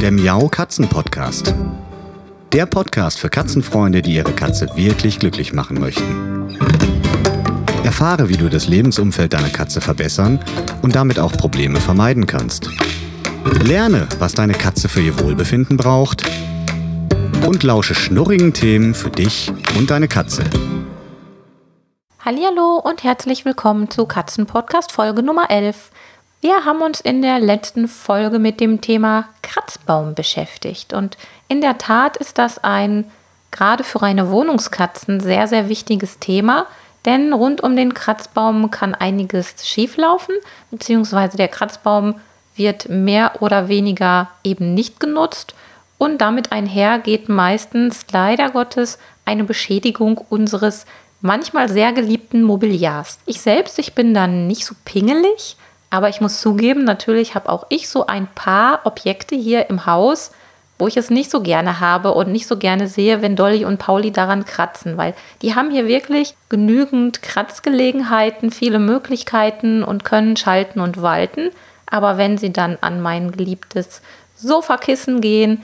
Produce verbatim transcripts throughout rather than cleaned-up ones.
der Miau Katzen Podcast. Der Podcast für Katzenfreunde, die ihre Katze wirklich glücklich machen möchten. Erfahre, wie du das Lebensumfeld deiner Katze verbessern und damit auch Probleme vermeiden kannst. Lerne, was deine Katze für ihr Wohlbefinden braucht und lausche schnurrigen Themen für dich und deine Katze. Hallihallo und herzlich willkommen zu Katzenpodcast Folge Nummer elf. Wir haben uns in der letzten Folge mit dem Thema Kratzbaum beschäftigt und in der Tat ist das ein, gerade für reine Wohnungskatzen, sehr, sehr wichtiges Thema, denn rund um den Kratzbaum kann einiges schieflaufen, beziehungsweise der Kratzbaum wird mehr oder weniger eben nicht genutzt und damit einher geht meistens leider Gottes eine Beschädigung unseres manchmal sehr geliebten Mobiliars. Ich selbst, ich bin dann nicht so pingelig, aber ich muss zugeben, natürlich habe auch ich so ein paar Objekte hier im Haus, wo ich es nicht so gerne habe und nicht so gerne sehe, wenn Dolly und Pauli daran kratzen, weil die haben hier wirklich genügend Kratzgelegenheiten, viele Möglichkeiten und können schalten und walten. Aber wenn sie dann an mein geliebtes Sofakissen gehen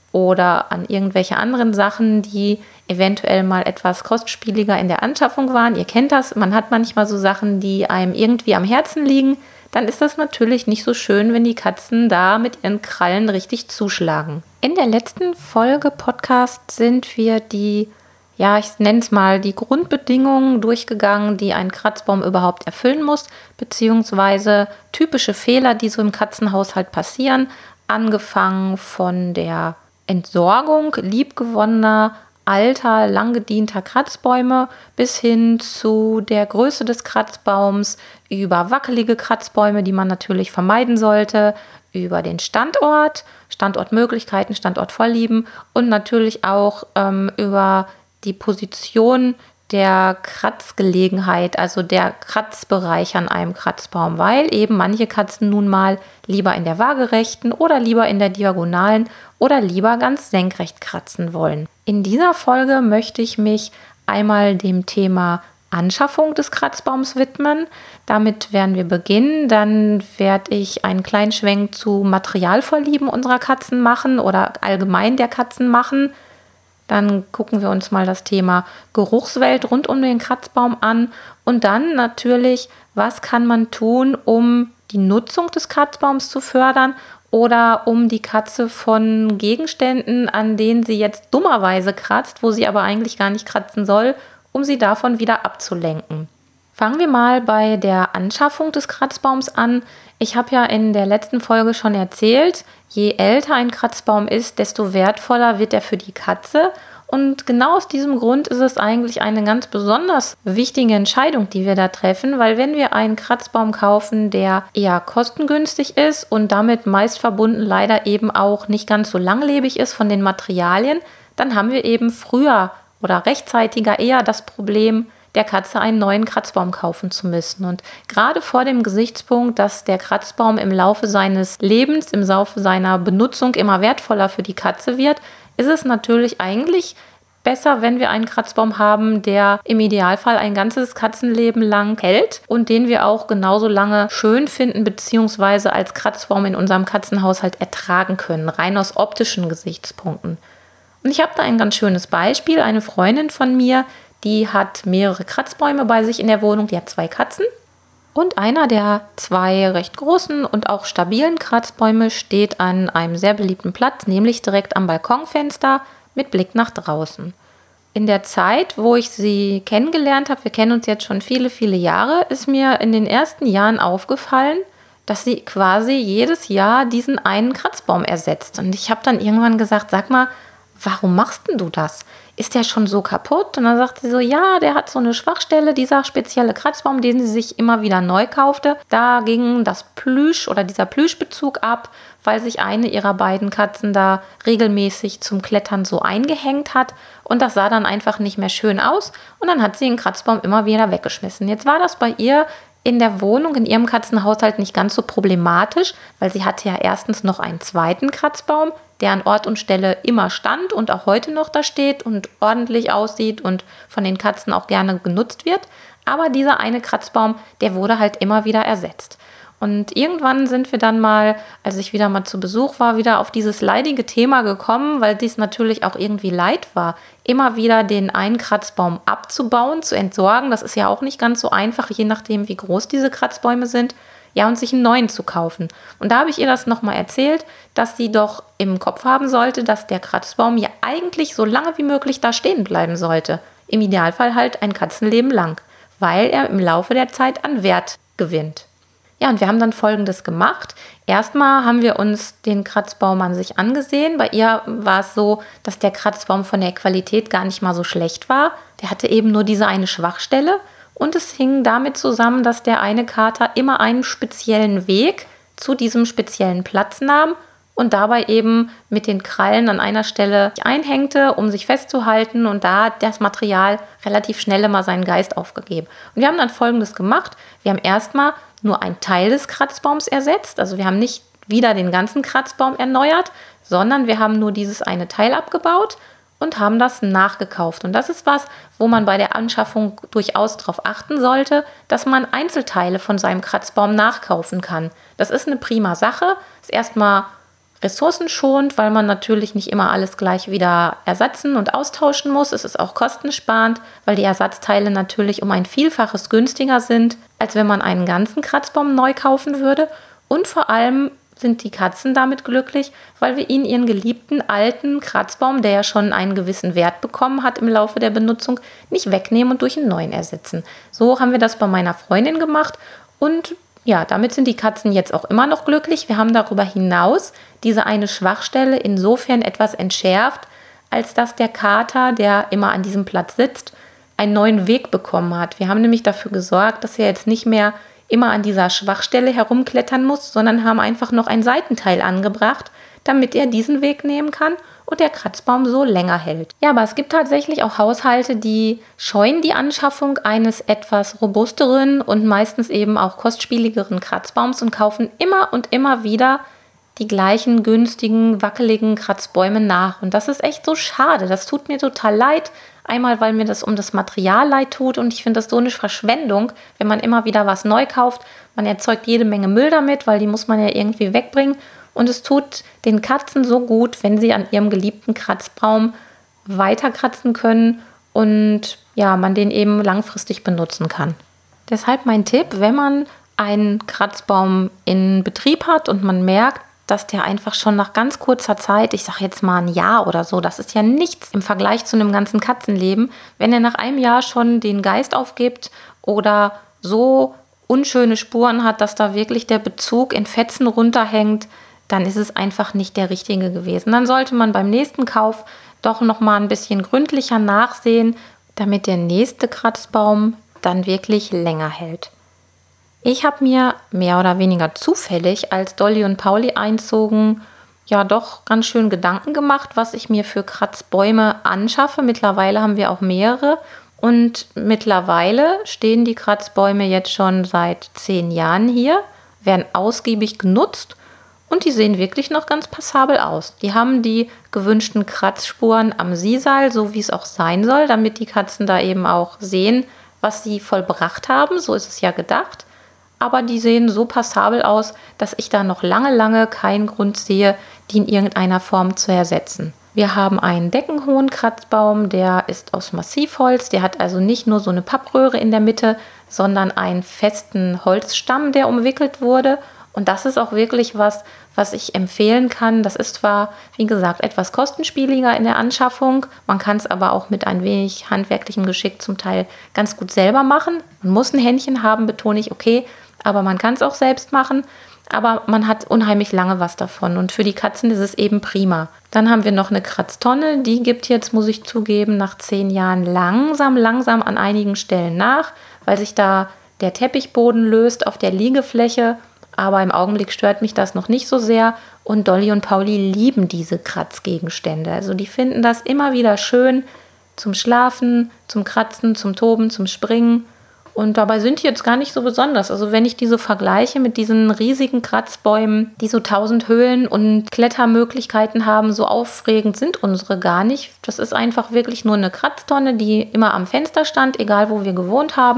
oder an irgendwelche anderen Sachen, die eventuell mal etwas kostspieliger in der Anschaffung waren, ihr kennt das, man hat manchmal so Sachen, die einem irgendwie am Herzen liegen, dann ist das natürlich nicht so schön, wenn die Katzen da mit ihren Krallen richtig zuschlagen. In der letzten Folge Podcast sind wir die, ja, ich nenne es mal, die Grundbedingungen durchgegangen, die ein Kratzbaum überhaupt erfüllen muss, beziehungsweise typische Fehler, die so im Katzenhaushalt passieren, angefangen von der Entsorgung liebgewonnener, alter, lang gedienter Kratzbäume bis hin zu der Größe des Kratzbaums, über wackelige Kratzbäume, die man natürlich vermeiden sollte, über den Standort, Standortmöglichkeiten, Standortvorlieben und natürlich auch ähm, über die Position der Kratzgelegenheit, also der Kratzbereich an einem Kratzbaum, weil eben manche Katzen nun mal lieber in der waagerechten oder lieber in der diagonalen oder lieber ganz senkrecht kratzen wollen. In dieser Folge möchte ich mich einmal dem Thema Anschaffung des Kratzbaums widmen. Damit werden wir beginnen. Dann werde ich einen kleinen Schwenk zu Materialvorlieben unserer Katzen machen oder allgemein der Katzen machen. Dann gucken wir uns mal das Thema Geruchswelt rund um den Kratzbaum an und dann natürlich, was kann man tun, um die Nutzung des Kratzbaums zu fördern oder um die Katze von Gegenständen, an denen sie jetzt dummerweise kratzt, wo sie aber eigentlich gar nicht kratzen soll, um sie davon wieder abzulenken. Fangen wir mal bei der Anschaffung des Kratzbaums an. Ich habe ja in der letzten Folge schon erzählt, je älter ein Kratzbaum ist, desto wertvoller wird er für die Katze. Und genau aus diesem Grund ist es eigentlich eine ganz besonders wichtige Entscheidung, die wir da treffen, weil wenn wir einen Kratzbaum kaufen, der eher kostengünstig ist und damit meist verbunden leider eben auch nicht ganz so langlebig ist von den Materialien, dann haben wir eben früher oder rechtzeitiger eher das Problem, der Katze einen neuen Kratzbaum kaufen zu müssen. Und gerade vor dem Gesichtspunkt, dass der Kratzbaum im Laufe seines Lebens, im Laufe seiner Benutzung immer wertvoller für die Katze wird, ist es natürlich eigentlich besser, wenn wir einen Kratzbaum haben, der im Idealfall ein ganzes Katzenleben lang hält und den wir auch genauso lange schön finden bzw. als Kratzbaum in unserem Katzenhaushalt ertragen können, rein aus optischen Gesichtspunkten. Und ich habe da ein ganz schönes Beispiel. Eine Freundin von mir, die hat mehrere Kratzbäume bei sich in der Wohnung, die hat zwei Katzen. Und einer der zwei recht großen und auch stabilen Kratzbäume steht an einem sehr beliebten Platz, nämlich direkt am Balkonfenster mit Blick nach draußen. In der Zeit, wo ich sie kennengelernt habe, wir kennen uns jetzt schon viele, viele Jahre, ist mir in den ersten Jahren aufgefallen, dass sie quasi jedes Jahr diesen einen Kratzbaum ersetzt. Und ich habe dann irgendwann gesagt, sag mal, warum machst denn du das? Ist der schon so kaputt? Und dann sagt sie so, ja, der hat so eine Schwachstelle, dieser spezielle Kratzbaum, den sie sich immer wieder neu kaufte. Da ging das Plüsch oder dieser Plüschbezug ab, weil sich eine ihrer beiden Katzen da regelmäßig zum Klettern so eingehängt hat. Und das sah dann einfach nicht mehr schön aus. Und dann hat sie den Kratzbaum immer wieder weggeschmissen. Jetzt war das bei ihr in der Wohnung, in ihrem Katzenhaushalt nicht ganz so problematisch, weil sie hatte ja erstens noch einen zweiten Kratzbaum, der an Ort und Stelle immer stand und auch heute noch da steht und ordentlich aussieht und von den Katzen auch gerne genutzt wird. Aber dieser eine Kratzbaum, der wurde halt immer wieder ersetzt. Und irgendwann sind wir dann mal, als ich wieder mal zu Besuch war, wieder auf dieses leidige Thema gekommen, weil dies natürlich auch irgendwie leid war, immer wieder den einen Kratzbaum abzubauen, zu entsorgen. Das ist ja auch nicht ganz so einfach, je nachdem, wie groß diese Kratzbäume sind. Ja, und sich einen neuen zu kaufen. Und da habe ich ihr das nochmal erzählt, dass sie doch im Kopf haben sollte, dass der Kratzbaum ja eigentlich so lange wie möglich da stehen bleiben sollte. Im Idealfall halt ein Katzenleben lang, weil er im Laufe der Zeit an Wert gewinnt. Ja, und wir haben dann Folgendes gemacht. Erstmal haben wir uns den Kratzbaum an sich angesehen. Bei ihr war es so, dass der Kratzbaum von der Qualität gar nicht mal so schlecht war. Der hatte eben nur diese eine Schwachstelle. Und es hing damit zusammen, dass der eine Kater immer einen speziellen Weg zu diesem speziellen Platz nahm und dabei eben mit den Krallen an einer Stelle einhängte, um sich festzuhalten. Und da hat das Material relativ schnell immer seinen Geist aufgegeben. Und wir haben dann Folgendes gemacht. Wir haben erstmal nur einen Teil des Kratzbaums ersetzt. Also wir haben nicht wieder den ganzen Kratzbaum erneuert, sondern wir haben nur dieses eine Teil abgebaut und haben das nachgekauft. Und das ist was, wo man bei der Anschaffung durchaus darauf achten sollte, dass man Einzelteile von seinem Kratzbaum nachkaufen kann. Das ist eine prima Sache. Ist erstmal ressourcenschonend, weil man natürlich nicht immer alles gleich wieder ersetzen und austauschen muss. Es ist auch kostensparend, weil die Ersatzteile natürlich um ein Vielfaches günstiger sind, als wenn man einen ganzen Kratzbaum neu kaufen würde. Und vor allem sind die Katzen damit glücklich, weil wir ihnen ihren geliebten alten Kratzbaum, der ja schon einen gewissen Wert bekommen hat im Laufe der Benutzung, nicht wegnehmen und durch einen neuen ersetzen. So haben wir das bei meiner Freundin gemacht und ja, damit sind die Katzen jetzt auch immer noch glücklich. Wir haben darüber hinaus diese eine Schwachstelle insofern etwas entschärft, als dass der Kater, der immer an diesem Platz sitzt, einen neuen Weg bekommen hat. Wir haben nämlich dafür gesorgt, dass er jetzt nicht mehr immer an dieser Schwachstelle herumklettern muss, sondern haben einfach noch ein Seitenteil angebracht, damit er diesen Weg nehmen kann und der Kratzbaum so länger hält. Ja, aber es gibt tatsächlich auch Haushalte, die scheuen die Anschaffung eines etwas robusteren und meistens eben auch kostspieligeren Kratzbaums und kaufen immer und immer wieder die gleichen günstigen, wackeligen Kratzbäume nach. Und das ist echt so schade. Das tut mir total leid. Einmal, weil mir das um das Material leid tut und ich finde das so eine Verschwendung, wenn man immer wieder was neu kauft. Man erzeugt jede Menge Müll damit, weil die muss man ja irgendwie wegbringen. Und es tut den Katzen so gut, wenn sie an ihrem geliebten Kratzbaum weiterkratzen können und ja, man den eben langfristig benutzen kann. Deshalb mein Tipp, wenn man einen Kratzbaum in Betrieb hat und man merkt, dass der einfach schon nach ganz kurzer Zeit, ich sage jetzt mal ein Jahr oder so, das ist ja nichts im Vergleich zu einem ganzen Katzenleben, wenn er nach einem Jahr schon den Geist aufgibt oder so unschöne Spuren hat, dass da wirklich der Bezug in Fetzen runterhängt, dann ist es einfach nicht der richtige gewesen. Dann sollte man beim nächsten Kauf doch noch mal ein bisschen gründlicher nachsehen, damit der nächste Kratzbaum dann wirklich länger hält. Ich habe mir mehr oder weniger zufällig, als Dolly und Pauli einzogen, ja doch ganz schön Gedanken gemacht, was ich mir für Kratzbäume anschaffe. Mittlerweile haben wir auch mehrere und mittlerweile stehen die Kratzbäume jetzt schon seit zehn Jahren hier, werden ausgiebig genutzt und die sehen wirklich noch ganz passabel aus. Die haben die gewünschten Kratzspuren am Sisal, so wie es auch sein soll, damit die Katzen da eben auch sehen, was sie vollbracht haben. So ist es ja gedacht. Aber die sehen so passabel aus, dass ich da noch lange, lange keinen Grund sehe, die in irgendeiner Form zu ersetzen. Wir haben einen deckenhohen Kratzbaum, der ist aus Massivholz. Der hat also nicht nur so eine Pappröhre in der Mitte, sondern einen festen Holzstamm, der umwickelt wurde. Und das ist auch wirklich was, was ich empfehlen kann. Das ist zwar, wie gesagt, etwas kostenspieliger in der Anschaffung. Man kann es aber auch mit ein wenig handwerklichem Geschick zum Teil ganz gut selber machen. Man muss ein Händchen haben, betone ich, okay, aber man kann es auch selbst machen. Aber man hat unheimlich lange was davon und für die Katzen ist es eben prima. Dann haben wir noch eine Kratztonne, die gibt jetzt, muss ich zugeben, nach zehn Jahren langsam, langsam an einigen Stellen nach, weil sich da der Teppichboden löst auf der Liegefläche. Aber im Augenblick stört mich das noch nicht so sehr und Dolly und Pauli lieben diese Kratzgegenstände. Also die finden das immer wieder schön zum Schlafen, zum Kratzen, zum Toben, zum Springen. Und dabei sind die jetzt gar nicht so besonders. Also wenn ich die so vergleiche mit diesen riesigen Kratzbäumen, die so tausend Höhlen und Klettermöglichkeiten haben, so aufregend sind unsere gar nicht. Das ist einfach wirklich nur eine Kratztonne, die immer am Fenster stand, egal wo wir gewohnt haben.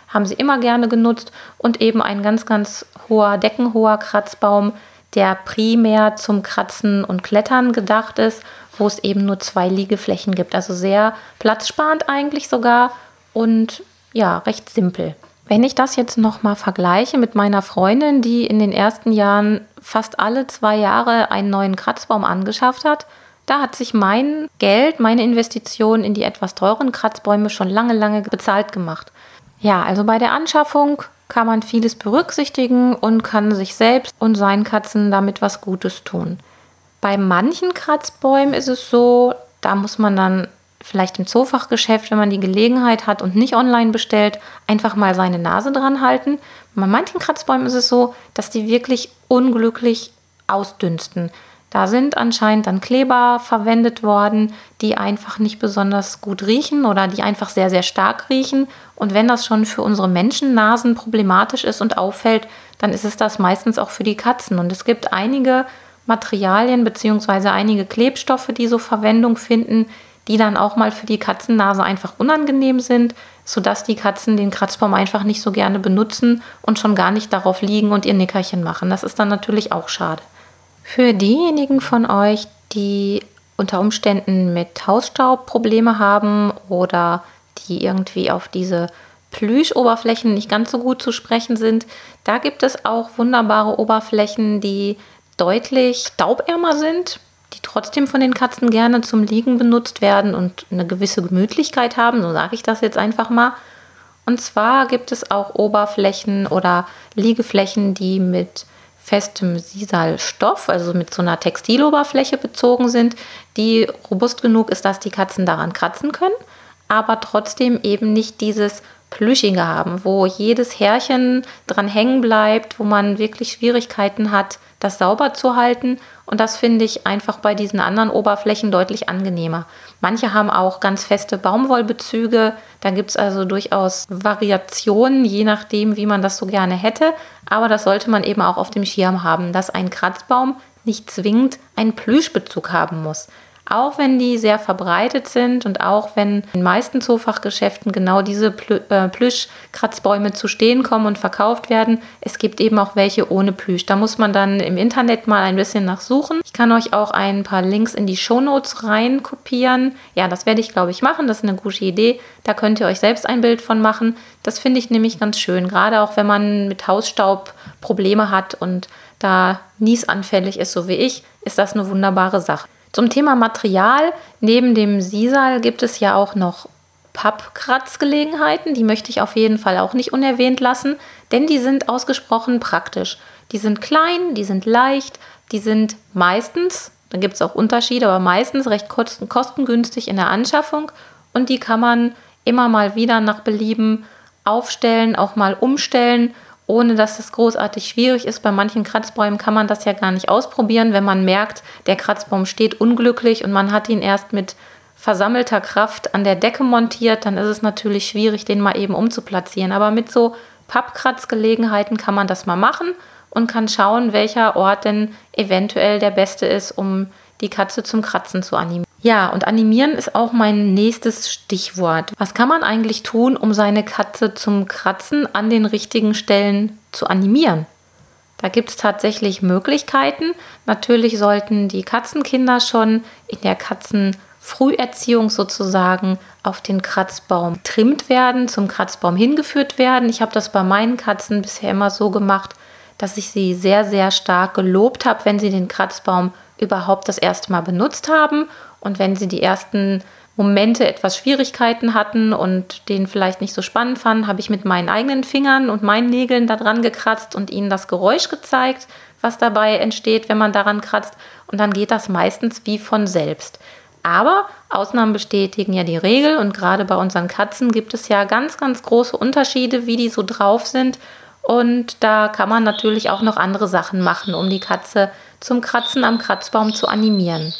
haben sie immer gerne genutzt und eben ein ganz, ganz hoher, deckenhoher Kratzbaum, der primär zum Kratzen und Klettern gedacht ist, wo es eben nur zwei Liegeflächen gibt. Also sehr platzsparend eigentlich sogar und ja, recht simpel. Wenn ich das jetzt nochmal vergleiche mit meiner Freundin, die in den ersten Jahren fast alle zwei Jahre einen neuen Kratzbaum angeschafft hat, da hat sich mein Geld, meine Investition in die etwas teuren Kratzbäume schon lange, lange bezahlt gemacht. Ja, also bei der Anschaffung kann man vieles berücksichtigen und kann sich selbst und seinen Katzen damit was Gutes tun. Bei manchen Kratzbäumen ist es so, da muss man dann vielleicht im Zoofachgeschäft, wenn man die Gelegenheit hat und nicht online bestellt, einfach mal seine Nase dran halten. Bei manchen Kratzbäumen ist es so, dass die wirklich unglücklich ausdünsten. Da sind anscheinend dann Kleber verwendet worden, die einfach nicht besonders gut riechen oder die einfach sehr, sehr stark riechen. Und wenn das schon für unsere Menschennasen problematisch ist und auffällt, dann ist es das meistens auch für die Katzen. Und es gibt einige Materialien bzw. einige Klebstoffe, die so Verwendung finden, die dann auch mal für die Katzennase einfach unangenehm sind, sodass die Katzen den Kratzbaum einfach nicht so gerne benutzen und schon gar nicht darauf liegen und ihr Nickerchen machen. Das ist dann natürlich auch schade. Für diejenigen von euch, die unter Umständen mit Hausstaub Probleme haben oder die irgendwie auf diese Plüschoberflächen nicht ganz so gut zu sprechen sind, da gibt es auch wunderbare Oberflächen, die deutlich staubärmer sind, die trotzdem von den Katzen gerne zum Liegen benutzt werden und eine gewisse Gemütlichkeit haben, so sage ich das jetzt einfach mal. Und zwar gibt es auch Oberflächen oder Liegeflächen, die mit festem Sisalstoff, also mit so einer Textiloberfläche bezogen sind, die robust genug ist, dass die Katzen daran kratzen können, aber trotzdem eben nicht dieses Plüschige haben, wo jedes Härchen dran hängen bleibt, wo man wirklich Schwierigkeiten hat, das sauber zu halten. Und das finde ich einfach bei diesen anderen Oberflächen deutlich angenehmer. Manche haben auch ganz feste Baumwollbezüge. Da gibt es also durchaus Variationen, je nachdem, wie man das so gerne hätte. Aber das sollte man eben auch auf dem Schirm haben, dass ein Kratzbaum nicht zwingend einen Plüschbezug haben muss. Auch wenn die sehr verbreitet sind und auch wenn in den meisten Zoofachgeschäften genau diese Plü- äh, Plüschkratzbäume zu stehen kommen und verkauft werden, es gibt eben auch welche ohne Plüsch. Da muss man dann im Internet mal ein bisschen nachsuchen. Ich kann euch auch ein paar Links in die Shownotes rein kopieren. Ja, das werde ich, glaube ich, machen. Das ist eine gute Idee. Da könnt ihr euch selbst ein Bild von machen. Das finde ich nämlich ganz schön, gerade auch wenn man mit Hausstaub Probleme hat und da niesanfällig ist, so wie ich, ist das eine wunderbare Sache. Zum Thema Material, neben dem Sisal gibt es ja auch noch Pappkratzgelegenheiten. Die möchte ich auf jeden Fall auch nicht unerwähnt lassen, denn die sind ausgesprochen praktisch. Die sind klein, die sind leicht, die sind meistens, da gibt es auch Unterschiede, aber meistens recht kostengünstig in der Anschaffung und die kann man immer mal wieder nach Belieben aufstellen, auch mal umstellen, ohne dass das großartig schwierig ist. Bei manchen Kratzbäumen kann man das ja gar nicht ausprobieren, wenn man merkt, der Kratzbaum steht unglücklich und man hat ihn erst mit versammelter Kraft an der Decke montiert, dann ist es natürlich schwierig, den mal eben umzuplatzieren. Aber mit so Pappkratzgelegenheiten kann man das mal machen und kann schauen, welcher Ort denn eventuell der beste ist, um die Katze zum Kratzen zu animieren. Ja, und animieren ist auch mein nächstes Stichwort. Was kann man eigentlich tun, um seine Katze zum Kratzen an den richtigen Stellen zu animieren? Da gibt es tatsächlich Möglichkeiten. Natürlich sollten die Katzenkinder schon in der Katzenfrüherziehung sozusagen auf den Kratzbaum getrimmt werden, zum Kratzbaum hingeführt werden. Ich habe das bei meinen Katzen bisher immer so gemacht, dass ich sie sehr, sehr stark gelobt habe, wenn sie den Kratzbaum überhaupt das erste Mal benutzt haben. Und wenn sie die ersten Momente etwas Schwierigkeiten hatten und den vielleicht nicht so spannend fanden, habe ich mit meinen eigenen Fingern und meinen Nägeln da dran gekratzt und ihnen das Geräusch gezeigt, was dabei entsteht, wenn man daran kratzt. Und dann geht das meistens wie von selbst. Aber Ausnahmen bestätigen ja die Regel und gerade bei unseren Katzen gibt es ja ganz, ganz große Unterschiede, wie die so drauf sind. Und da kann man natürlich auch noch andere Sachen machen, um die Katze zum Kratzen am Kratzbaum zu animieren.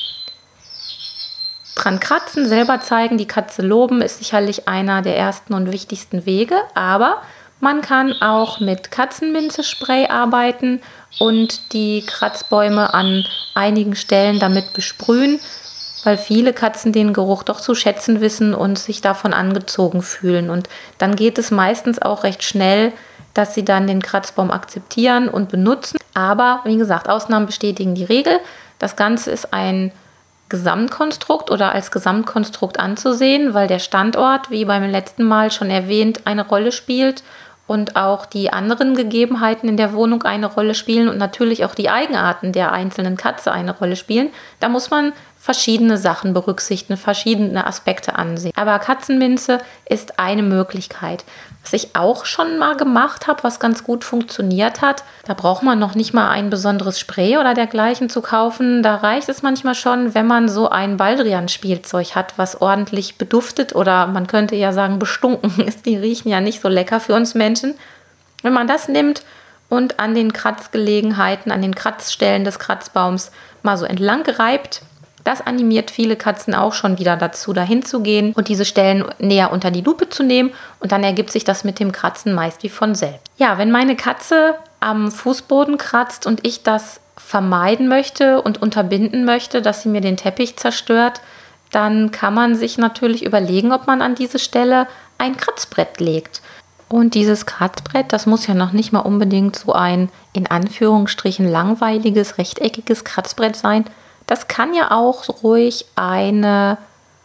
Dran kratzen, selber zeigen, die Katze loben, ist sicherlich einer der ersten und wichtigsten Wege, aber man kann auch mit Katzenminzespray arbeiten und die Kratzbäume an einigen Stellen damit besprühen. weil viele Katzen den Geruch doch zu schätzen wissen und sich davon angezogen fühlen. Und dann geht es meistens auch recht schnell, dass sie dann den Kratzbaum akzeptieren und benutzen. Aber wie gesagt, Ausnahmen bestätigen die Regel. Das Ganze ist ein Gesamtkonstrukt oder als Gesamtkonstrukt anzusehen, weil der Standort, wie beim letzten Mal schon erwähnt, eine Rolle spielt und auch die anderen Gegebenheiten in der Wohnung eine Rolle spielen und natürlich auch die Eigenarten der einzelnen Katze eine Rolle spielen. Da muss man verschiedene Sachen berücksichtigen, verschiedene Aspekte ansehen. Aber Katzenminze ist eine Möglichkeit. Was ich auch schon mal gemacht habe, was ganz gut funktioniert hat, da braucht man noch nicht mal ein besonderes Spray oder dergleichen zu kaufen. Da reicht es manchmal schon, wenn man so ein Baldrian-Spielzeug hat, was ordentlich beduftet oder man könnte ja sagen bestunken ist. Die riechen ja nicht so lecker für uns Menschen. Wenn man das nimmt und an den Kratzgelegenheiten, an den Kratzstellen des Kratzbaums mal so entlang reibt, das animiert viele Katzen auch schon wieder dazu, dahin zu gehen und diese Stellen näher unter die Lupe zu nehmen. Und dann ergibt sich das mit dem Kratzen meist wie von selbst. Ja, wenn meine Katze am Fußboden kratzt und ich das vermeiden möchte und unterbinden möchte, dass sie mir den Teppich zerstört, dann kann man sich natürlich überlegen, ob man an diese Stelle ein Kratzbrett legt. Und dieses Kratzbrett, das muss ja noch nicht mal unbedingt so ein in Anführungsstrichen langweiliges, rechteckiges Kratzbrett sein. Das kann ja auch ruhig eine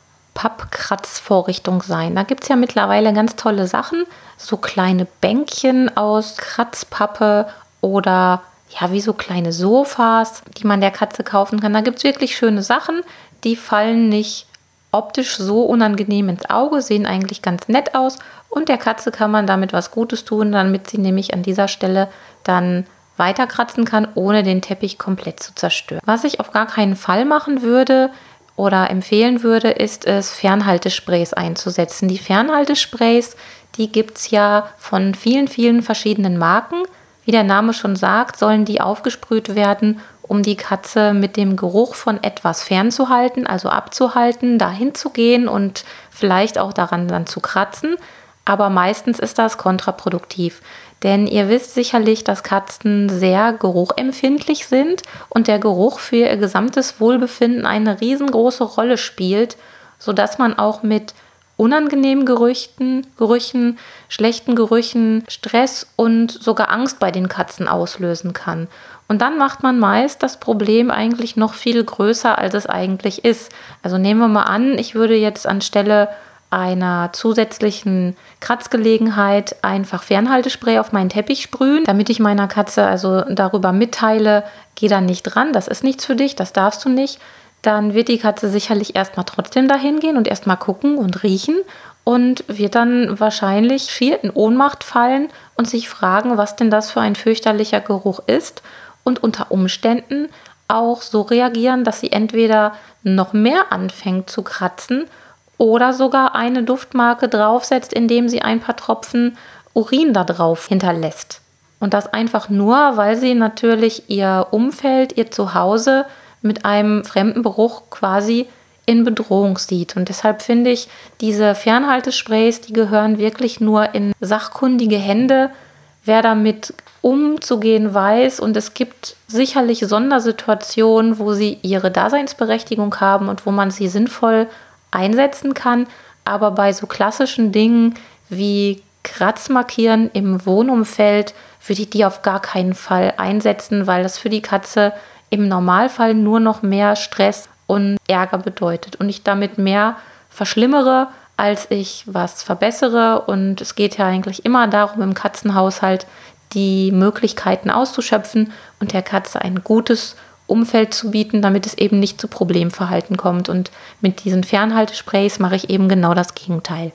Pappkratzvorrichtung sein. Da gibt es ja mittlerweile ganz tolle Sachen, so kleine Bänkchen aus Kratzpappe oder ja, wie so kleine Sofas, die man der Katze kaufen kann. Da gibt es wirklich schöne Sachen, die fallen nicht optisch so unangenehm ins Auge, sehen eigentlich ganz nett aus und der Katze kann man damit was Gutes tun, damit sie nämlich an dieser Stelle dann weiterkratzen kann, ohne den Teppich komplett zu zerstören. Was ich auf gar keinen Fall machen würde oder empfehlen würde, ist es, Fernhaltesprays einzusetzen. Die Fernhaltesprays, die gibt es ja von vielen, vielen verschiedenen Marken. Wie der Name schon sagt, sollen die aufgesprüht werden, um die Katze mit dem Geruch von etwas fernzuhalten, also abzuhalten, dahin zu gehen und vielleicht auch daran dann zu kratzen. Aber meistens ist das kontraproduktiv. Denn ihr wisst sicherlich, dass Katzen sehr geruchempfindlich sind und der Geruch für ihr gesamtes Wohlbefinden eine riesengroße Rolle spielt, sodass man auch mit unangenehmen Gerüchen, Gerüchen, schlechten Gerüchen, Stress und sogar Angst bei den Katzen auslösen kann. Und dann macht man meist das Problem eigentlich noch viel größer, als es eigentlich ist. Also nehmen wir mal an, ich würde jetzt anstelle einer zusätzlichen Kratzgelegenheit einfach Fernhaltespray auf meinen Teppich sprühen, damit ich meiner Katze also darüber mitteile, geh da nicht dran, das ist nichts für dich, das darfst du nicht. Dann wird die Katze sicherlich erstmal trotzdem dahin gehen und erstmal gucken und riechen und wird dann wahrscheinlich schier in Ohnmacht fallen und sich fragen, was denn das für ein fürchterlicher Geruch ist und unter Umständen auch so reagieren, dass sie entweder noch mehr anfängt zu kratzen oder sogar eine Duftmarke draufsetzt, indem sie ein paar Tropfen Urin da drauf hinterlässt. Und das einfach nur, weil sie natürlich ihr Umfeld, ihr Zuhause mit einem fremden Geruch quasi in Bedrohung sieht. Und deshalb finde ich, diese Fernhaltesprays, die gehören wirklich nur in sachkundige Hände. Wer damit umzugehen weiß, und es gibt sicherlich Sondersituationen, wo sie ihre Daseinsberechtigung haben und wo man sie sinnvoll einsetzen kann, aber bei so klassischen Dingen wie Kratzmarkieren im Wohnumfeld würde ich die auf gar keinen Fall einsetzen, weil das für die Katze im Normalfall nur noch mehr Stress und Ärger bedeutet und ich damit mehr verschlimmere, als ich was verbessere. Und es geht ja eigentlich immer darum, im Katzenhaushalt die Möglichkeiten auszuschöpfen und der Katze ein gutes Umfeld zu bieten, damit es eben nicht zu Problemverhalten kommt. Und mit diesen Fernhaltesprays mache ich eben genau das Gegenteil.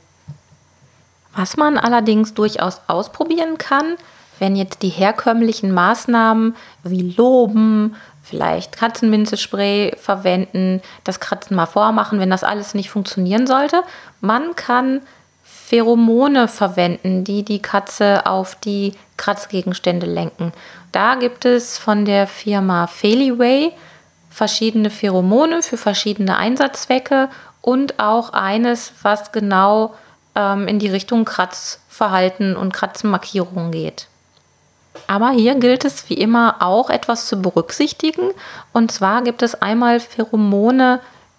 Was man allerdings durchaus ausprobieren kann, wenn jetzt die herkömmlichen Maßnahmen wie Loben, vielleicht Katzenminzespray verwenden, das Kratzen mal vormachen, wenn das alles nicht funktionieren sollte. Man kann Pheromone verwenden, die die Katze auf die Kratzgegenstände lenken. Da gibt es von der Firma Feliway verschiedene Pheromone für verschiedene Einsatzzwecke und auch eines, was genau ähm, in die Richtung Kratzverhalten und Kratzmarkierung geht. Aber hier gilt es wie immer auch etwas zu berücksichtigen. Und zwar gibt es einmal Pheromone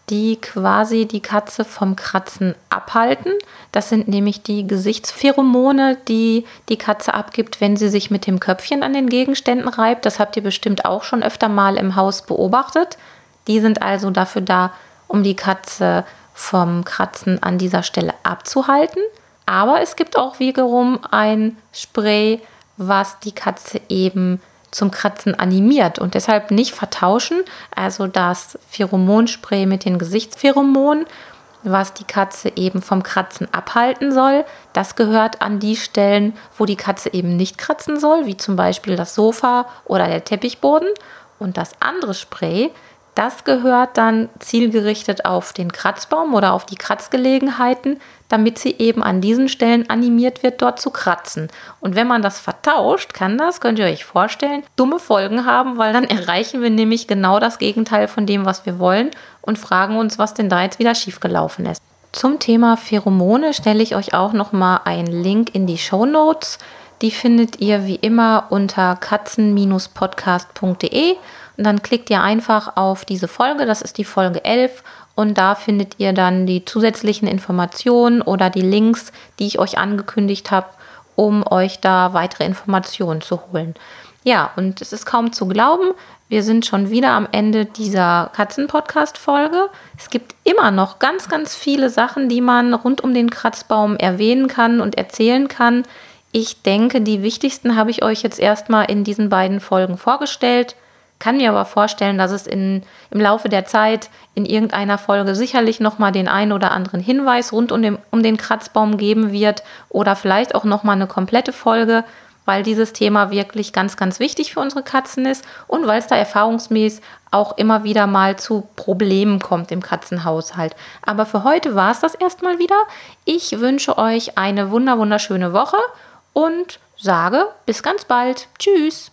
die quasi die Katze vom Kratzen abhalten. Das sind nämlich die Gesichtspheromone, die die Katze abgibt, wenn sie sich mit dem Köpfchen an den Gegenständen reibt. Das habt ihr bestimmt auch schon öfter mal im Haus beobachtet. Die sind also dafür da, um die Katze vom Kratzen an dieser Stelle abzuhalten. Aber es gibt auch wiederum ein Spray, was die Katze eben zum Kratzen animiert und deshalb nicht vertauschen. Also das Pheromonspray mit den Gesichtspheromonen, was die Katze eben vom Kratzen abhalten soll, das gehört an die Stellen, wo die Katze eben nicht kratzen soll, wie zum Beispiel das Sofa oder der Teppichboden. Und das andere Spray, das gehört dann zielgerichtet auf den Kratzbaum oder auf die Kratzgelegenheiten, damit sie eben an diesen Stellen animiert wird, dort zu kratzen. Und wenn man das vertauscht, kann das, könnt ihr euch vorstellen, dumme Folgen haben, weil dann erreichen wir nämlich genau das Gegenteil von dem, was wir wollen und fragen uns, was denn da jetzt wieder schiefgelaufen ist. Zum Thema Pheromone stelle ich euch auch nochmal einen Link in die Shownotes. Die findet ihr wie immer unter katzen Bindestrich podcast punkt de. Und dann klickt ihr einfach auf diese Folge, das ist die Folge elf und da findet ihr dann die zusätzlichen Informationen oder die Links, die ich euch angekündigt habe, um euch da weitere Informationen zu holen. Ja, und es ist kaum zu glauben, wir sind schon wieder am Ende dieser Katzen-Podcast-Folge. Es gibt immer noch ganz, ganz viele Sachen, die man rund um den Kratzbaum erwähnen kann und erzählen kann. Ich denke, die wichtigsten habe ich euch jetzt erstmal in diesen beiden Folgen vorgestellt. Kann mir aber vorstellen, dass es in, im Laufe der Zeit in irgendeiner Folge sicherlich nochmal den einen oder anderen Hinweis rund um den, um den Kratzbaum geben wird oder vielleicht auch nochmal eine komplette Folge, weil dieses Thema wirklich ganz, ganz wichtig für unsere Katzen ist und weil es da erfahrungsmäßig auch immer wieder mal zu Problemen kommt im Katzenhaushalt. Aber für heute war es das erstmal wieder. Ich wünsche euch eine wunder, wunderschöne Woche und sage bis ganz bald. Tschüss!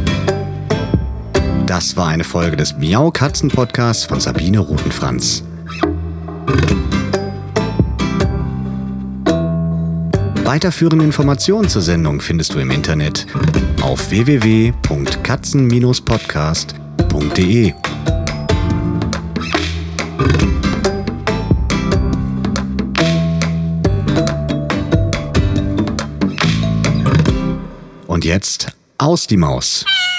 Das war eine Folge des Miau Katzen Podcasts von Sabine Rutenfranz. Weiterführende Informationen zur Sendung findest du im Internet auf w w w punkt katzen Bindestrich podcast punkt de. Und jetzt aus die Maus.